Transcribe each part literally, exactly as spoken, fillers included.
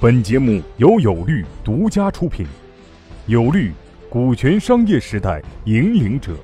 本节目由有律独家出品，有律，股权商业时代引领者。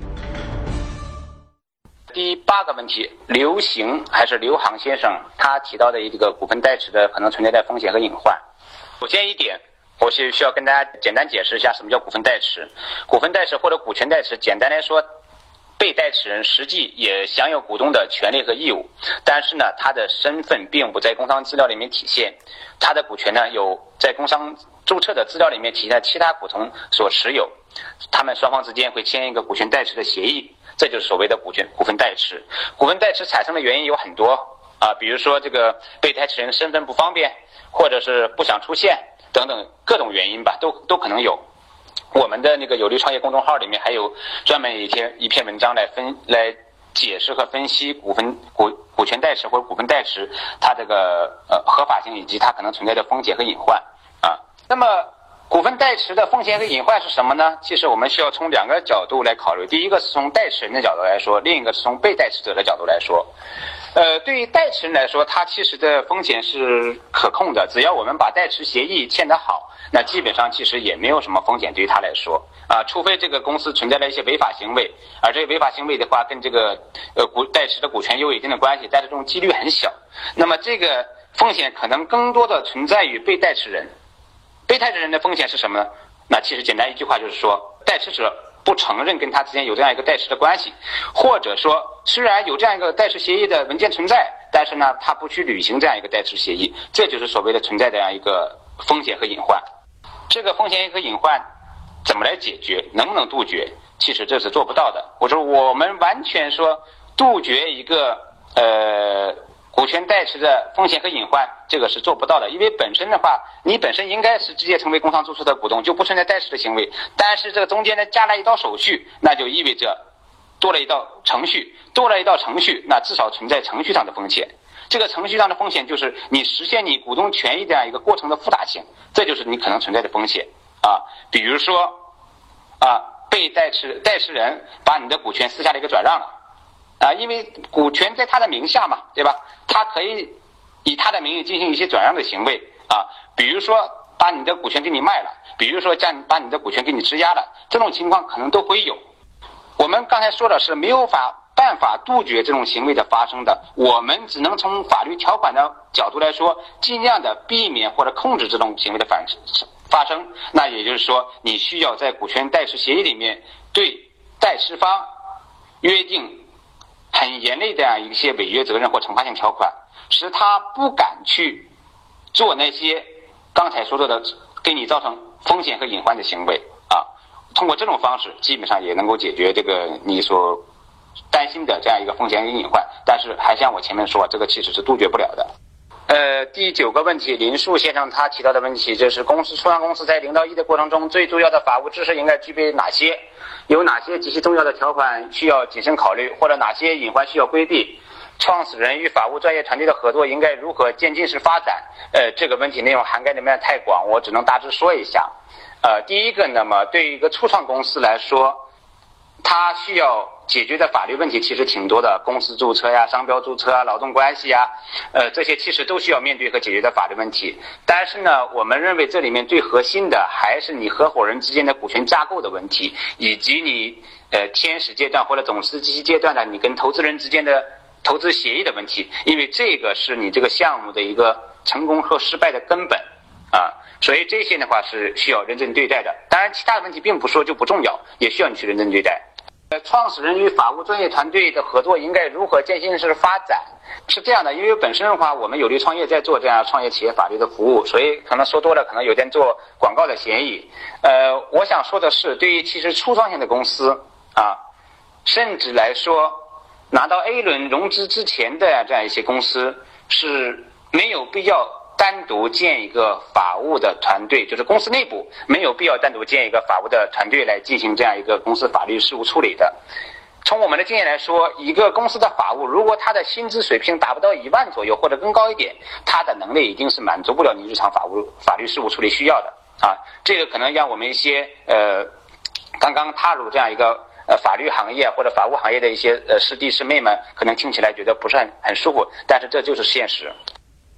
第八个问题，刘行还是刘航先生他提到的一个股份代持的可能存在的风险和隐患。首先一点，我是需要跟大家简单解释一下什么叫股份代持。股份代持或者股权代持，简单来说，被代持人实际也享有股东的权利和义务，但是呢，他的身份并不在工商资料里面体现，他的股权呢有在工商注册的资料里面体现在其他股东所持有，他们双方之间会签一个股权代持的协议，这就是所谓的股权股份代持。股份代持产生的原因有很多啊，比如说这个被代持人身份不方便，或者是不想出现等等各种原因吧，都都可能有。我们的那个有律创业公众号里面还有专门一篇一篇文章来分来解释和分析股份股股权代持或者股份代持它这个呃合法性以及它可能存在的风险和隐患啊。那么股份代持的风险和隐患是什么呢？其实我们需要从两个角度来考虑，第一个是从代持人的角度来说，另一个是从被代持者的角度来说。呃，对于代持人来说，它其实的风险是可控的，只要我们把代持协议签得好，那基本上其实也没有什么风险对于他来说啊，除非这个公司存在了一些违法行为，而这些违法行为的话跟这个呃股代持的股权有一定的关系，但是这种几率很小。那么这个风险可能更多的存在于被代持人。被代持人的风险是什么呢？那其实简单一句话就是说，代持者不承认跟他之间有这样一个代持的关系，或者说虽然有这样一个代持协议的文件存在，但是呢他不去履行这样一个代持协议，这就是所谓的存在这样一个风险和隐患。这个风险和隐患怎么来解决，能不能杜绝，其实这是做不到的。我说我们完全说杜绝一个呃股权代持的风险和隐患，这个是做不到的，因为本身的话你本身应该是直接成为工商注册的股东，就不存在代持的行为，但是这个中间呢加了一道手续，那就意味着多了一道程序，多了一道程序，那至少存在程序上的风险。这个程序上的风险就是你实现你股东权益这样一个过程的复杂性，这就是你可能存在的风险啊。比如说啊，被代持代持人把你的股权私下的一个转让了啊，因为股权在他的名下嘛，对吧？他可以以他的名义进行一些转让的行为啊，比如说把你的股权给你卖了，比如说将把你的股权给你质押了，这种情况可能都会有。我们刚才说的是没有法办法杜绝这种行为的发生的，我们只能从法律条款的角度来说，尽量的避免或者控制这种行为的反发生。那也就是说，你需要在股权代持协议里面对代持方约定很严厉的这样一些违约责任或惩罚性条款，使他不敢去做那些刚才说到的给你造成风险和隐患的行为啊。通过这种方式基本上也能够解决这个你所担心的这样一个风险和隐患，但是还像我前面说，这个其实是杜绝不了的。呃，第九个问题，林树先生他提到的问题就是公司初创公司在零到一的过程中，最重要的法务知识应该具备哪些？有哪些极其重要的条款需要谨慎考虑，或者哪些隐患需要规避？创始人与法务专业团队的合作应该如何渐进式发展？呃，这个问题内容涵盖的面太广，我只能大致说一下。呃，第一个，那么对于一个初创公司来说，它需要解决的法律问题其实挺多的，公司注册呀、商标注册啊、劳动关系呀，呃，这些其实都需要面对和解决的法律问题。但是呢，我们认为这里面最核心的还是你合伙人之间的股权架构的问题，以及你呃天使阶段或者董事期阶段的你跟投资人之间的投资协议的问题，因为这个是你这个项目的一个成功和失败的根本啊。所以这些的话是需要认真对待的。当然，其他的问题并不说就不重要，也需要你去认真对待。呃，创始人与法务专业团队的合作应该如何渐进式发展？是这样的，因为本身的话，我们有律创业在做这样创业企业法律的服务，所以可能说多了，可能有点做广告的嫌疑。呃，我想说的是，对于其实初创性的公司啊，甚至来说拿到 A 轮融资之前的这样一些公司是没有必要单独建一个法务的团队，就是公司内部没有必要单独建一个法务的团队来进行这样一个公司法律事务处理的。从我们的经验来说，一个公司的法务如果他的薪资水平达不到一万左右或者更高一点，他的能力一定是满足不了你日常法务法律事务处理需要的啊。这个可能让我们一些呃刚刚踏入这样一个呃法律行业或者法务行业的一些呃师弟师妹们可能听起来觉得不是很很舒服，但是这就是现实。如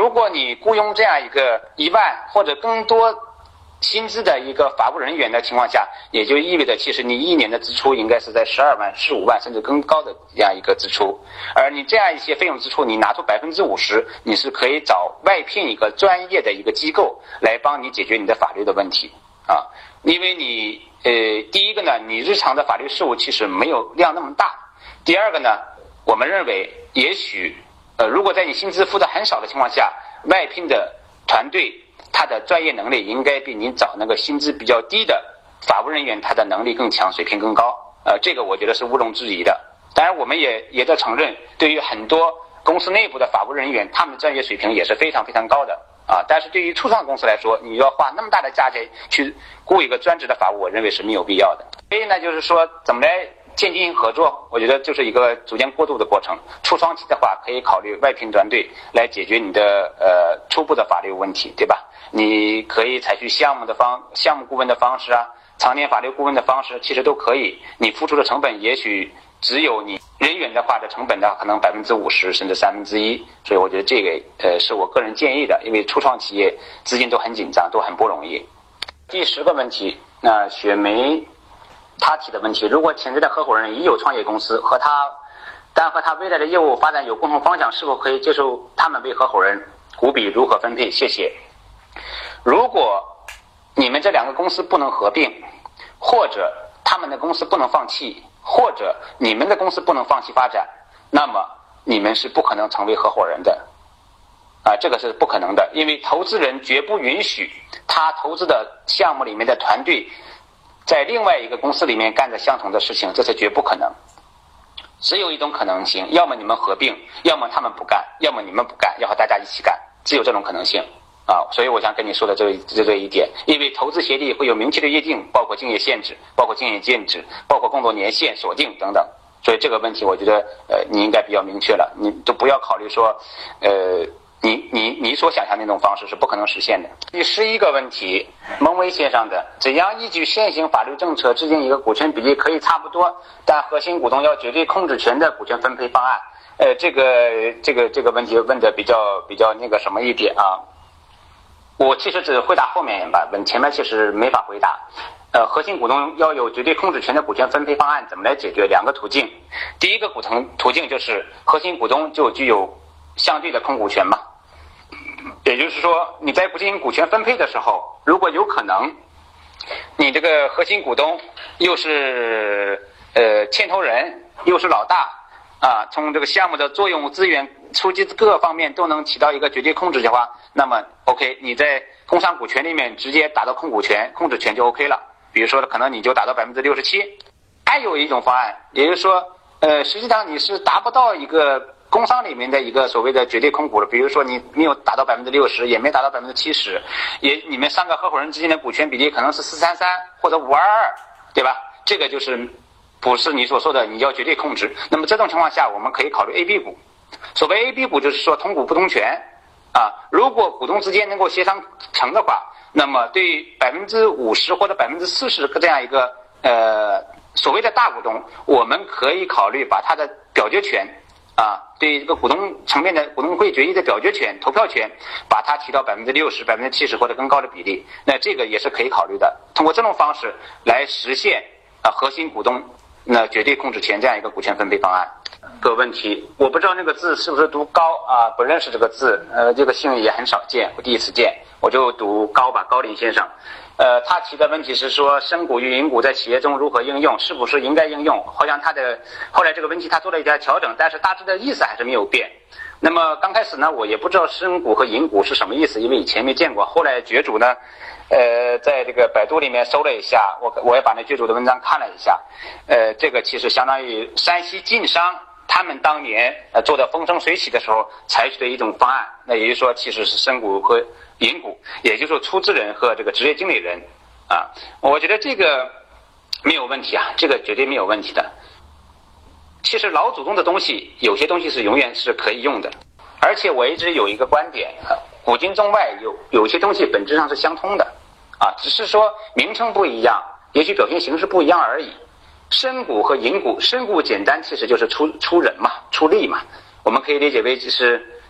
如果你雇佣这样一个一万或者更多薪资的一个法务人员的情况下，也就意味着其实你一年的支出应该是在十二万、十五万甚至更高的这样一个支出。而你这样一些费用支出，你拿出百分之五十，你是可以找外聘一个专业的一个机构来帮你解决你的法律的问题啊。因为你呃，第一个呢，你日常的法律事务其实没有量那么大。第二个呢，我们认为也许呃，如果在你薪资付的很少的情况下，外聘的团队他的专业能力应该比你找那个薪资比较低的法务人员他的能力更强，水平更高。呃，这个我觉得是毋庸置疑的。当然，我们也也得承认，对于很多公司内部的法务人员，他们的专业水平也是非常非常高的啊。但是对于初创公司来说，你要花那么大的价钱去雇一个专职的法务，我认为是没有必要的。所以呢，就是说怎么来建进行合作，我觉得就是一个逐渐过渡的过程。初创期的话，可以考虑外聘团队来解决你的呃初步的法律问题，对吧？你可以采取项目的方项目顾问的方式啊，常年法律顾问的方式，其实都可以。你付出的成本也许只有你人员的话的成本的可能百分之五十甚至三分之一，所以我觉得这个呃是我个人建议的，因为初创企业资金都很紧张，都很不容易。第十个问题，那雪梅他提的问题，如果潜在的合伙人已有创业公司，和他但和他未来的业务发展有共同方向，是否可以接受他们为合伙人？股比如何分配？谢谢。如果你们这两个公司不能合并，或者他们的公司不能放弃，或者你们的公司不能放弃发展，那么你们是不可能成为合伙人的啊，这个是不可能的，因为投资人绝不允许他投资的项目里面的团队在另外一个公司里面干着相同的事情，这是绝不可能。只有一种可能性，要么你们合并，要么他们不干，要么你们不干，要和大家一起干，只有这种可能性啊。所以我想跟你说的这这这一点，因为投资协议会有明确的约定，包括竞业限制，包括竞业禁止，包括工作年限锁定等等。所以这个问题我觉得呃你应该比较明确了，你都不要考虑说呃你你你所想象的那种方式是不可能实现的。第十一个问题，蒙威先生的，怎样依据现行法律政策制定一个股权比例可以差不多，但核心股东要绝对控制权的股权分配方案？呃，这个这个这个问题问的比较比较那个什么一点啊？我其实只回答后面吧，问前面其实没法回答。呃，核心股东要有绝对控制权的股权分配方案怎么来解决？两个途径，第一个股途途径就是核心股东就具有相对的控股权嘛。也就是说，你在进行股权分配的时候，如果有可能，你这个核心股东又是呃牵头人，又是老大啊，从这个项目的作用、资源、出资各方面都能起到一个绝对控制的话，那么 OK， 你在工商股权里面直接达到控股权、控制权就 OK 了。比如说，可能你就达到百分之六十七。还有一种方案，也就是说，呃，实际上你是达不到一个工商里面的一个所谓的绝对控股了，比如说你没有达到百分之六十，也没达到百分之七十，也你们三个合伙人之间的股权比例可能是四三三或者五二二，对吧？这个就是不是你所说的你要绝对控制。那么这种情况下，我们可以考虑 A B 股。所谓 A B 股就是说同股不同权啊，如果股东之间能够协商成的话，那么对百分之五十或者百分之四十这样一个呃所谓的大股东，我们可以考虑把他的表决权啊，对这个股东层面的股东会决议的表决权、投票权，把它提到百分之六十、百分之七十或者更高的比例，那这个也是可以考虑的。通过这种方式来实现啊核心股东那绝对控制权这样一个股权分配方案。个问题，我不知道那个字是不是读高啊，不认识这个字，呃，这个姓也很少见，我第一次见，我就读高吧，高林先生。呃，他提的问题是说，深股与银股在企业中如何应用，是不是应该应用？好像他的后来这个问题他做了一点调整，但是大致的意思还是没有变。那么刚开始呢，我也不知道深股和银股是什么意思，因为以前没见过。后来角主呢，呃，在这个百度里面搜了一下，我我也把那角主的文章看了一下，呃，这个其实相当于山西晋商他们当年呃做的风生水起的时候采取的一种方案，那也就是说其实是深股和银股，也就是说出资人和这个职业经理人啊，我觉得这个没有问题啊，这个绝对没有问题的。其实老祖宗的东西，有些东西是永远是可以用的，而且我一直有一个观点啊，古今中外有有些东西本质上是相通的啊，只是说名称不一样，也许表现形式不一样而已。深股和银股，深股简单其实就是出出人嘛，出力嘛，我们可以理解为就是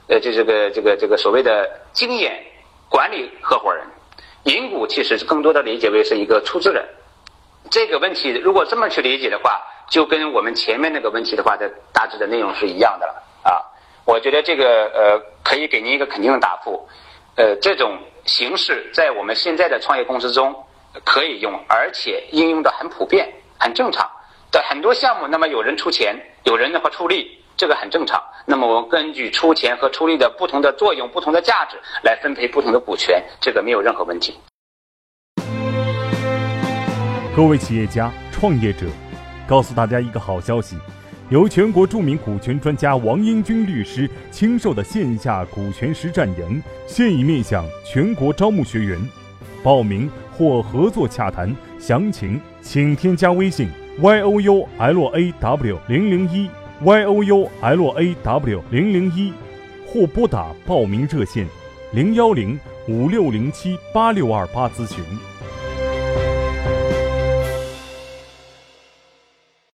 呃，就这个这个这个所谓的经验管理合伙人。银股其实更多的理解为是一个出资人。这个问题如果这么去理解的话，就跟我们前面那个问题的话的大致的内容是一样的了啊。我觉得这个呃可以给您一个肯定的答复。呃，这种形式在我们现在的创业公司中可以用，而且应用的很普遍，很正常。在很多项目，那么有人出钱，有人的话出力，这个很正常。那么我们根据出钱和出力的不同的作用、不同的价值来分配不同的股权，这个没有任何问题。 各位企业家、创业者，告诉大家一个好消息，由全国著名股权专家王英军律师亲授的线下股权实战营现已面向全国招募学员，报名或合作洽谈详情请添加微信 y o u l a w 零零一 y o u l a w 零零一，或拨打报名热线零幺零五六零七八六二八咨询。